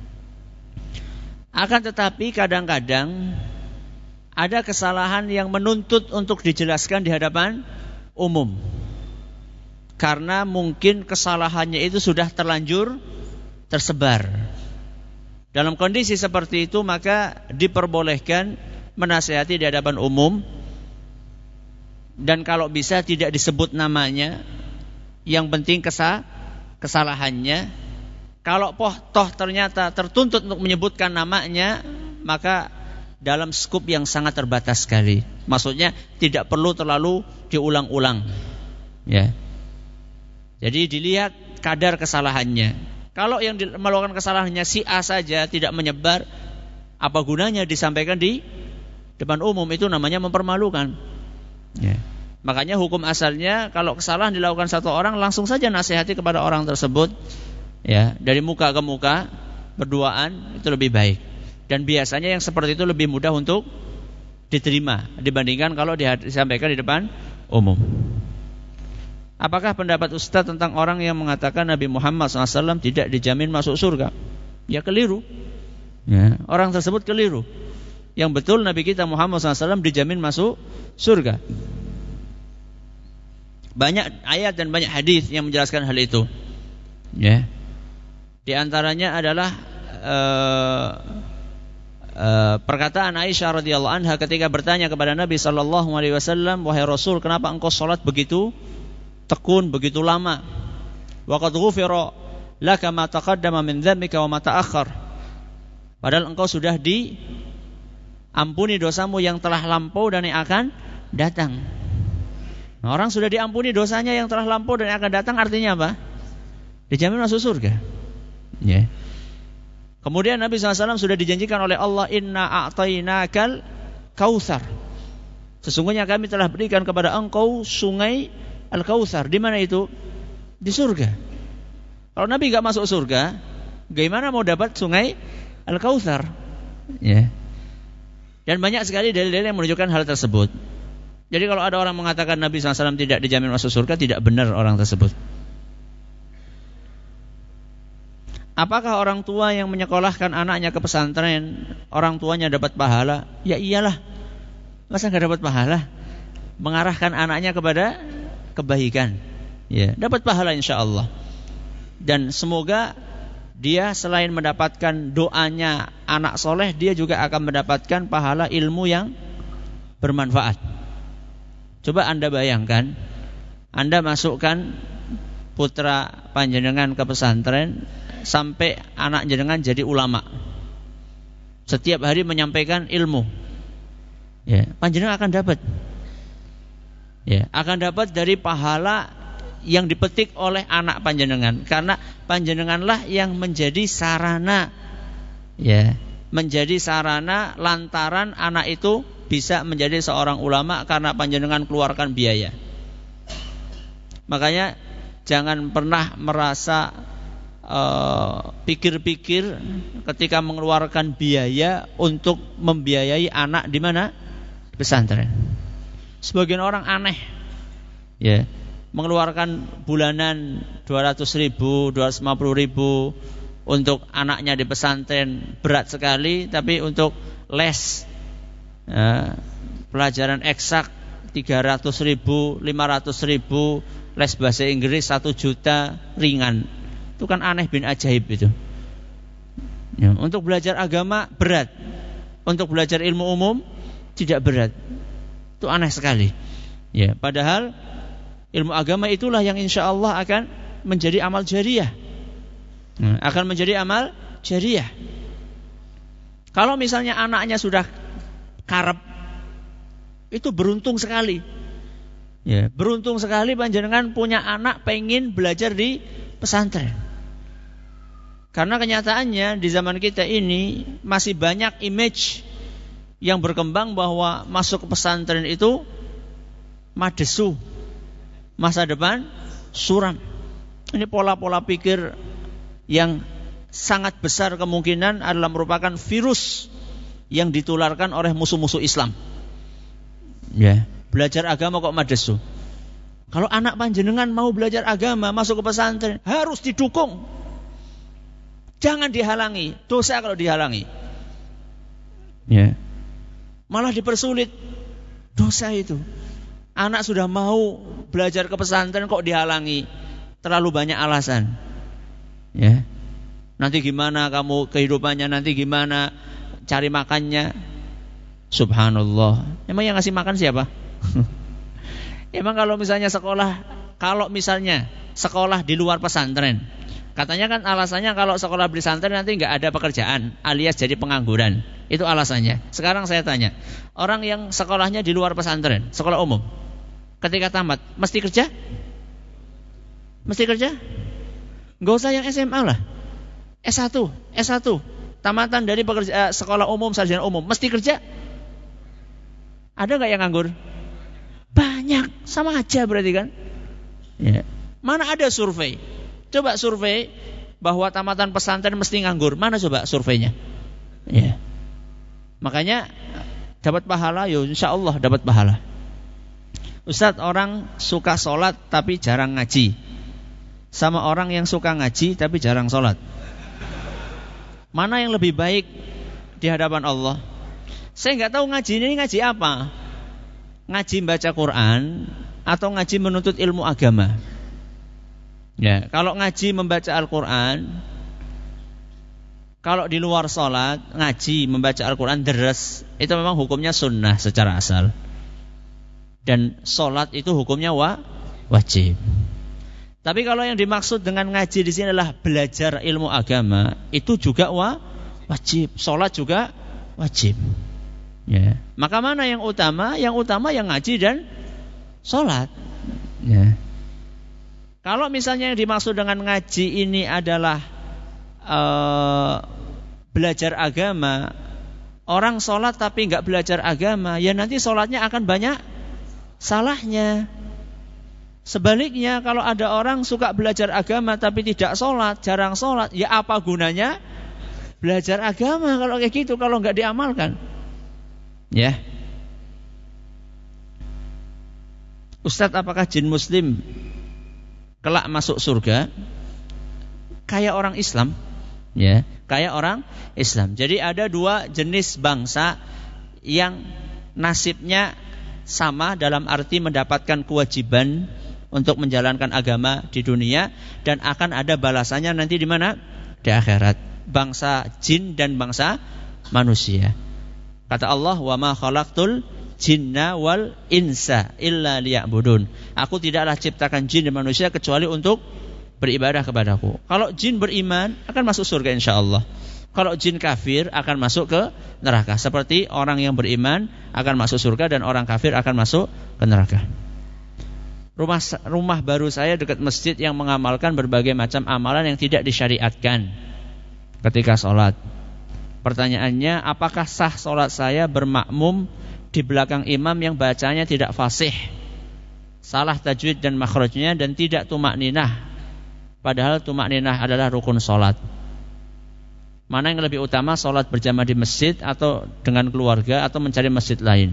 Akan tetapi kadang-kadang ada kesalahan yang menuntut untuk dijelaskan di hadapan umum, karena mungkin kesalahannya itu sudah terlanjur tersebar. Dalam kondisi seperti itu maka diperbolehkan menasihati di hadapan umum, dan kalau bisa tidak disebut namanya, yang penting kesalahannya. Kalau toh ternyata tertuntut untuk menyebutkan namanya, maka dalam skup yang sangat terbatas sekali. Maksudnya tidak perlu terlalu diulang-ulang, ya. Jadi dilihat kadar kesalahannya. Kalau yang melakukan kesalahannya si A saja, tidak menyebar, apa gunanya disampaikan di depan umum? Itu namanya mempermalukan, ya. Makanya hukum asalnya kalau kesalahan dilakukan satu orang, langsung saja nasihati kepada orang tersebut, ya, dari muka ke muka, berduaan, itu lebih baik. Dan biasanya yang seperti itu lebih mudah untuk diterima dibandingkan kalau disampaikan di depan umum. Apakah pendapat Ustaz tentang orang yang mengatakan Nabi Muhammad SAW tidak dijamin masuk surga? Ya keliru, ya, orang tersebut keliru. Yang betul Nabi kita Muhammad SAW dijamin masuk surga. Banyak ayat dan banyak hadis yang menjelaskan hal itu, ya. Di antaranya adalah perkataan Aisyah radhiyallahu anha ketika bertanya kepada Nabi sallallahu alaihi wasallam, "Wahai Rasul, kenapa engkau salat begitu tekun, begitu lama? Wa qad ghufira laka ma taqaddama min dzambika wa ma ta'akhkhar." Padahal engkau sudah diampuni dosamu yang telah lampau dan yang akan datang. Nah, orang sudah diampuni dosanya yang telah lampau dan yang akan datang, artinya apa? Dijamin masuk surga, ya. Kemudian Nabi SAW sudah dijanjikan oleh Allah, "Inna a'tainakal kautsar." Sesungguhnya kami telah berikan kepada engkau sungai Al-Kautsar. Di mana itu? Di surga. Kalau Nabi enggak masuk surga, bagaimana mau dapat sungai Al-Kautsar? Ya. Dan banyak sekali dalil-dalil yang menunjukkan hal tersebut. Jadi kalau ada orang mengatakan Nabi SAW tidak dijamin masuk surga, tidak benar orang tersebut. Apakah orang tua yang menyekolahkan anaknya ke pesantren, orang tuanya dapat pahala? Ya iyalah. Masa enggak dapat pahala? Mengarahkan anaknya kepada kebaikan. Ya, dapat pahala insyaallah. Dan semoga dia selain mendapatkan doanya anak soleh, dia juga akan mendapatkan pahala ilmu yang bermanfaat. Coba Anda bayangkan, Anda masukkan putra panjenengan ke pesantren sampai anak jenengan jadi ulama. Setiap hari menyampaikan ilmu. Ya, panjenengan akan dapat. Ya, akan dapat dari pahala yang dipetik oleh anak panjenengan, karena panjenenganlah yang menjadi sarana. Ya, menjadi sarana lantaran anak itu bisa menjadi seorang ulama karena panjenengan keluarkan biaya. Makanya jangan pernah merasa pikir-pikir ketika mengeluarkan biaya untuk membiayai anak di mana? Di pesantren. Sebagian orang aneh, ya, mengeluarkan bulanan 200.000, 250.000 untuk anaknya di pesantren, berat sekali. Tapi untuk les pelajaran eksak 300.000, 500.000, les bahasa Inggris 1 juta, ringan. Itu kan aneh bin ajaib itu. Ya, untuk belajar agama berat, untuk belajar ilmu umum tidak berat. Itu aneh sekali. Ya, padahal ilmu agama itulah yang insya Allah akan menjadi amal jariyah. Akan menjadi amal jariyah. Kalau misalnya anaknya sudah karep, itu beruntung sekali. Ya, beruntung sekali panjenengan punya anak pengen belajar di pesantren. Karena kenyataannya di zaman kita ini masih banyak image yang berkembang bahwa masuk ke pesantren itu madesu, masa depan suram. Ini pola-pola pikir yang sangat besar kemungkinan adalah merupakan virus yang ditularkan oleh musuh-musuh Islam. Ya, belajar agama kok madesu. Kalau anak panjenengan mau belajar agama, masuk ke pesantren, harus didukung. Jangan dihalangi, dosa kalau dihalangi. Ya. Malah dipersulit, dosa itu. Anak sudah mau belajar ke pesantren kok dihalangi, terlalu banyak alasan. Ya. Nanti gimana kamu kehidupannya, nanti gimana cari makannya. Subhanallah. Emang yang ngasih makan siapa? Emang kalau misalnya sekolah di luar pesantren, katanya kan alasannya kalau sekolah di pesantren nanti nggak ada pekerjaan alias jadi pengangguran. Itu alasannya. Sekarang saya tanya, orang yang sekolahnya di luar pesantren, sekolah umum, ketika tamat mesti kerja? Mesti kerja? Nggak usah yang SMA lah, S1, tamatan dari sekolah umum, sarjana umum, mesti kerja? Ada nggak yang nganggur? Banyak, sama aja berarti kan? Ya. Mana ada survei? Coba survei bahwa tamatan pesantren mesti nganggur. Mana coba surveinya? Ya. Makanya dapat pahala, ya insya Allah dapat pahala. Ustaz, orang suka sholat tapi jarang ngaji, sama orang yang suka ngaji tapi jarang sholat, mana yang lebih baik di hadapan Allah? Saya nggak tahu ngaji ini ngaji apa. Ngaji baca Quran atau ngaji menuntut ilmu agama? Ya, kalau ngaji membaca Al-Quran, kalau di luar sholat ngaji membaca Al-Quran deres, itu memang hukumnya sunnah secara asal. Dan sholat itu hukumnya wajib. Tapi kalau yang dimaksud dengan ngaji di sini adalah belajar ilmu agama, itu juga wajib. Sholat juga wajib. Ya. Maka mana yang utama? Yang utama yang ngaji dan sholat. Ya. Kalau misalnya yang dimaksud dengan ngaji ini adalah belajar agama, orang sholat tapi nggak belajar agama, ya nanti sholatnya akan banyak salahnya. Sebaliknya, kalau ada orang suka belajar agama tapi tidak sholat, jarang sholat, ya apa gunanya belajar agama kalau kayak gitu, kalau nggak diamalkan? Ya, Ustadz, apakah jin muslim kelak masuk surga? Kayak orang Islam, Ya, kayak orang Islam. Jadi ada dua jenis bangsa yang nasibnya sama dalam arti mendapatkan kewajiban untuk menjalankan agama di dunia dan akan ada balasannya nanti di mana? Di akhirat. Bangsa jin dan bangsa manusia. Kata Allah, "Wa ma khalaqtul jinna wal insa illa liya'budun." Aku tidaklah ciptakan jin dan manusia kecuali untuk beribadah kepadaku. Kalau jin beriman akan masuk surga insyaallah. Kalau jin kafir akan masuk ke neraka. Seperti orang yang beriman akan masuk surga dan orang kafir akan masuk ke neraka. Rumah baru saya dekat masjid yang mengamalkan berbagai macam amalan yang tidak disyariatkan ketika sholat. Pertanyaannya, apakah sah sholat saya bermakmum di belakang imam yang bacanya tidak fasih, salah tajwid dan makhrajnya, dan tidak tumakninah? Padahal tumakninah adalah rukun sholat. Mana yang lebih utama, sholat berjamaah di masjid atau dengan keluarga atau mencari masjid lain?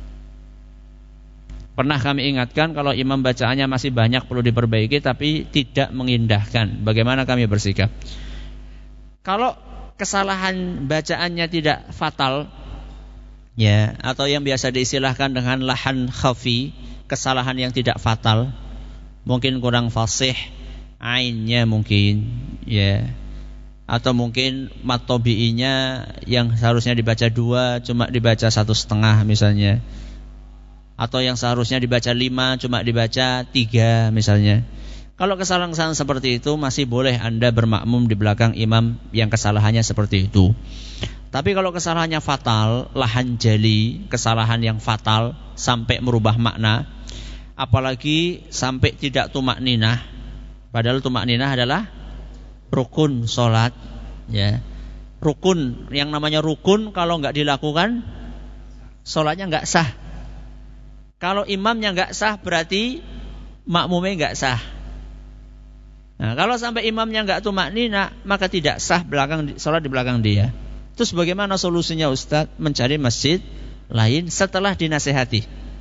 Pernah kami ingatkan kalau imam bacaannya masih banyak perlu diperbaiki tapi tidak mengindahkan. Bagaimana kami bersikap? Kalau kesalahan bacaannya tidak fatal, ya, atau yang biasa diistilahkan dengan lahan khafi, kesalahan yang tidak fatal, mungkin kurang fasih ainnya mungkin, ya, atau mungkin mat tabi'inya yang seharusnya dibaca 2 cuma dibaca 1,5 misalnya, atau yang seharusnya dibaca 5 cuma dibaca 3 misalnya. Kalau kesalahan-kesalahan seperti itu masih boleh Anda bermakmum di belakang imam yang kesalahannya seperti itu. Tapi kalau kesalahannya fatal, lahan jali, kesalahan yang fatal sampai merubah makna, apalagi sampai tidak tumakninah. Padahal tumakninah adalah rukun sholat, ya. Rukun, yang namanya rukun kalau nggak dilakukan, sholatnya nggak sah. Kalau imamnya nggak sah, berarti makmumnya nggak sah. Nah, kalau sampai imamnya nggak tumakninah, maka tidak sah sholat di belakang dia. Terus bagaimana solusinya Ustaz? Mencari masjid lain setelah dinasehati.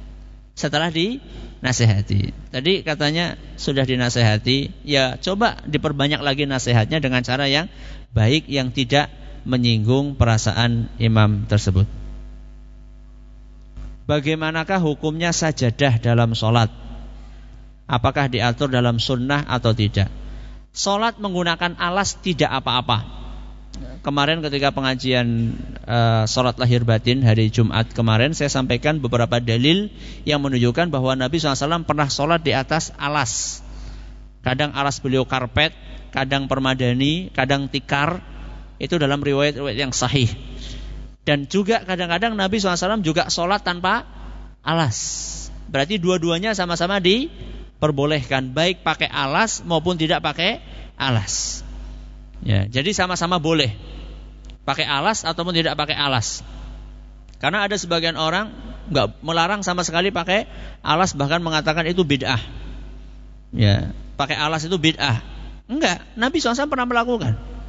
Tadi katanya sudah dinasehati, ya coba diperbanyak lagi nasihatnya dengan cara yang baik yang tidak menyinggung perasaan imam tersebut. Bagaimanakah hukumnya sajadah dalam sholat? Apakah diatur dalam sunnah atau tidak? Sholat menggunakan alas tidak apa-apa. Kemarin ketika pengajian sholat lahir batin hari Jumat kemarin, saya sampaikan beberapa dalil yang menunjukkan bahwa Nabi SAW pernah sholat di atas alas. Kadang alas beliau karpet, kadang permadani, kadang tikar. Itu dalam riwayat-riwayat yang sahih. Dan juga kadang-kadang Nabi SAW juga sholat tanpa alas. Berarti dua-duanya sama-sama diperbolehkan, baik pakai alas maupun tidak pakai alas. Ya, jadi sama-sama boleh pakai alas ataupun tidak pakai alas. Karena ada sebagian orang enggak melarang sama sekali pakai alas, bahkan mengatakan itu bid'ah. Ya, pakai alas itu bid'ah. Enggak, Nabi SAW pernah melakukan.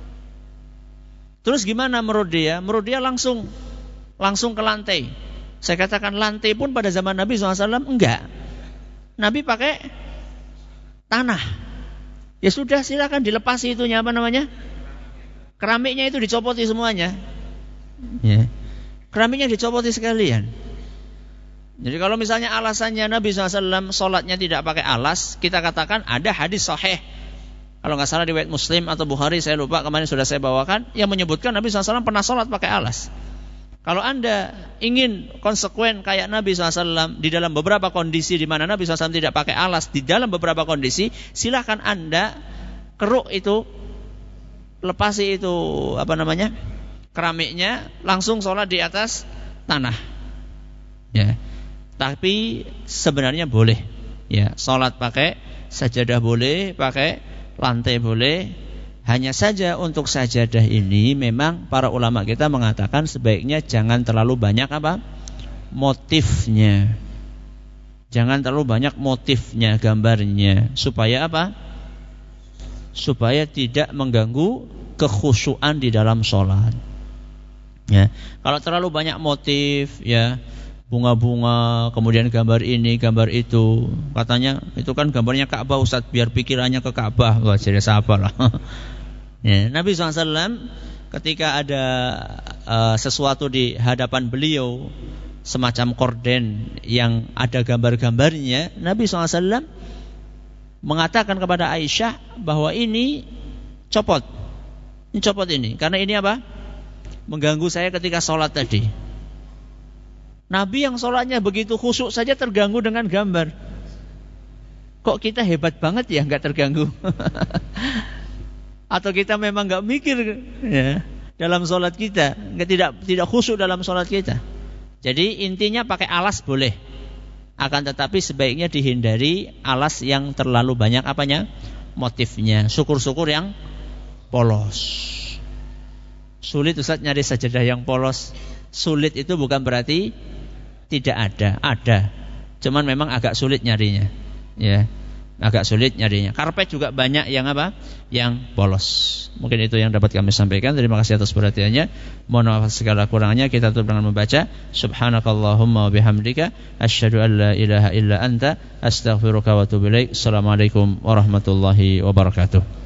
Terus gimana menurut dia? Menurut dia langsung ke lantai. Saya katakan lantai pun pada zaman Nabi SAW enggak. Nabi pakai tanah. Ya sudah, silakan dilepasi itunya, apa namanya? Keramiknya itu dicopoti semuanya. Ya. Keramiknya dicopoti sekalian. Jadi kalau misalnya alasannya Nabi SAW sholatnya tidak pakai alas, kita katakan ada hadis sahih. Kalau nggak salah riwayat Muslim atau Bukhari, saya lupa, kemarin sudah saya bawakan, yang menyebutkan Nabi SAW pernah sholat pakai alas. Kalau Anda ingin konsekuen kayak Nabi SAW di dalam beberapa kondisi di mana Nabi SAW tidak pakai alas, di dalam beberapa kondisi, silahkan Anda keruk itu, lepasi itu keramiknya, langsung sholat di atas tanah. Ya. Tapi sebenarnya boleh. Ya, sholat pakai sajadah boleh, pakai lantai boleh. Hanya saja untuk sajadah ini memang para ulama kita mengatakan sebaiknya jangan terlalu banyak motifnya. Jangan terlalu banyak motifnya, gambarnya, supaya supaya tidak mengganggu kekhusyuan di dalam sholat. Ya, kalau terlalu banyak motif, ya, bunga-bunga, kemudian gambar ini, gambar itu, katanya itu kan gambarnya Ka'bah Ustaz, biar pikirannya ke Ka'bah. Wah, jadi apa lah. Ya, Nabi SAW ketika ada sesuatu di hadapan beliau semacam korden yang ada gambar-gambarnya, Nabi SAW mengatakan kepada Aisyah bahwa ini copot ini, karena ini apa? Mengganggu saya ketika sholat tadi. Nabi yang sholatnya begitu khusyuk saja terganggu dengan gambar. Kok kita hebat banget ya nggak terganggu? Atau kita memang nggak mikir ya, dalam sholat kita, tidak khusyuk dalam sholat kita. Jadi intinya pakai alas boleh, akan tetapi sebaiknya dihindari alas yang terlalu banyak apanya, motifnya. Syukur-syukur yang polos. Sulit Ustaz nyari sajadah yang polos. Sulit itu bukan berarti tidak ada, cuman memang agak sulit nyarinya, ya. Agak sulit nyarinya. Karpet juga banyak yang apa? Yang polos. Mungkin itu yang dapat kami sampaikan. Terima kasih atas perhatiannya. Mohon maaf segala kurangnya. Kita tutup dengan membaca Subhanakallahumma wa bihamdika asyhadu an la ilaha illa anta astaghfiruka wa atubu ilaik. Assalamualaikum warahmatullahi wabarakatuh.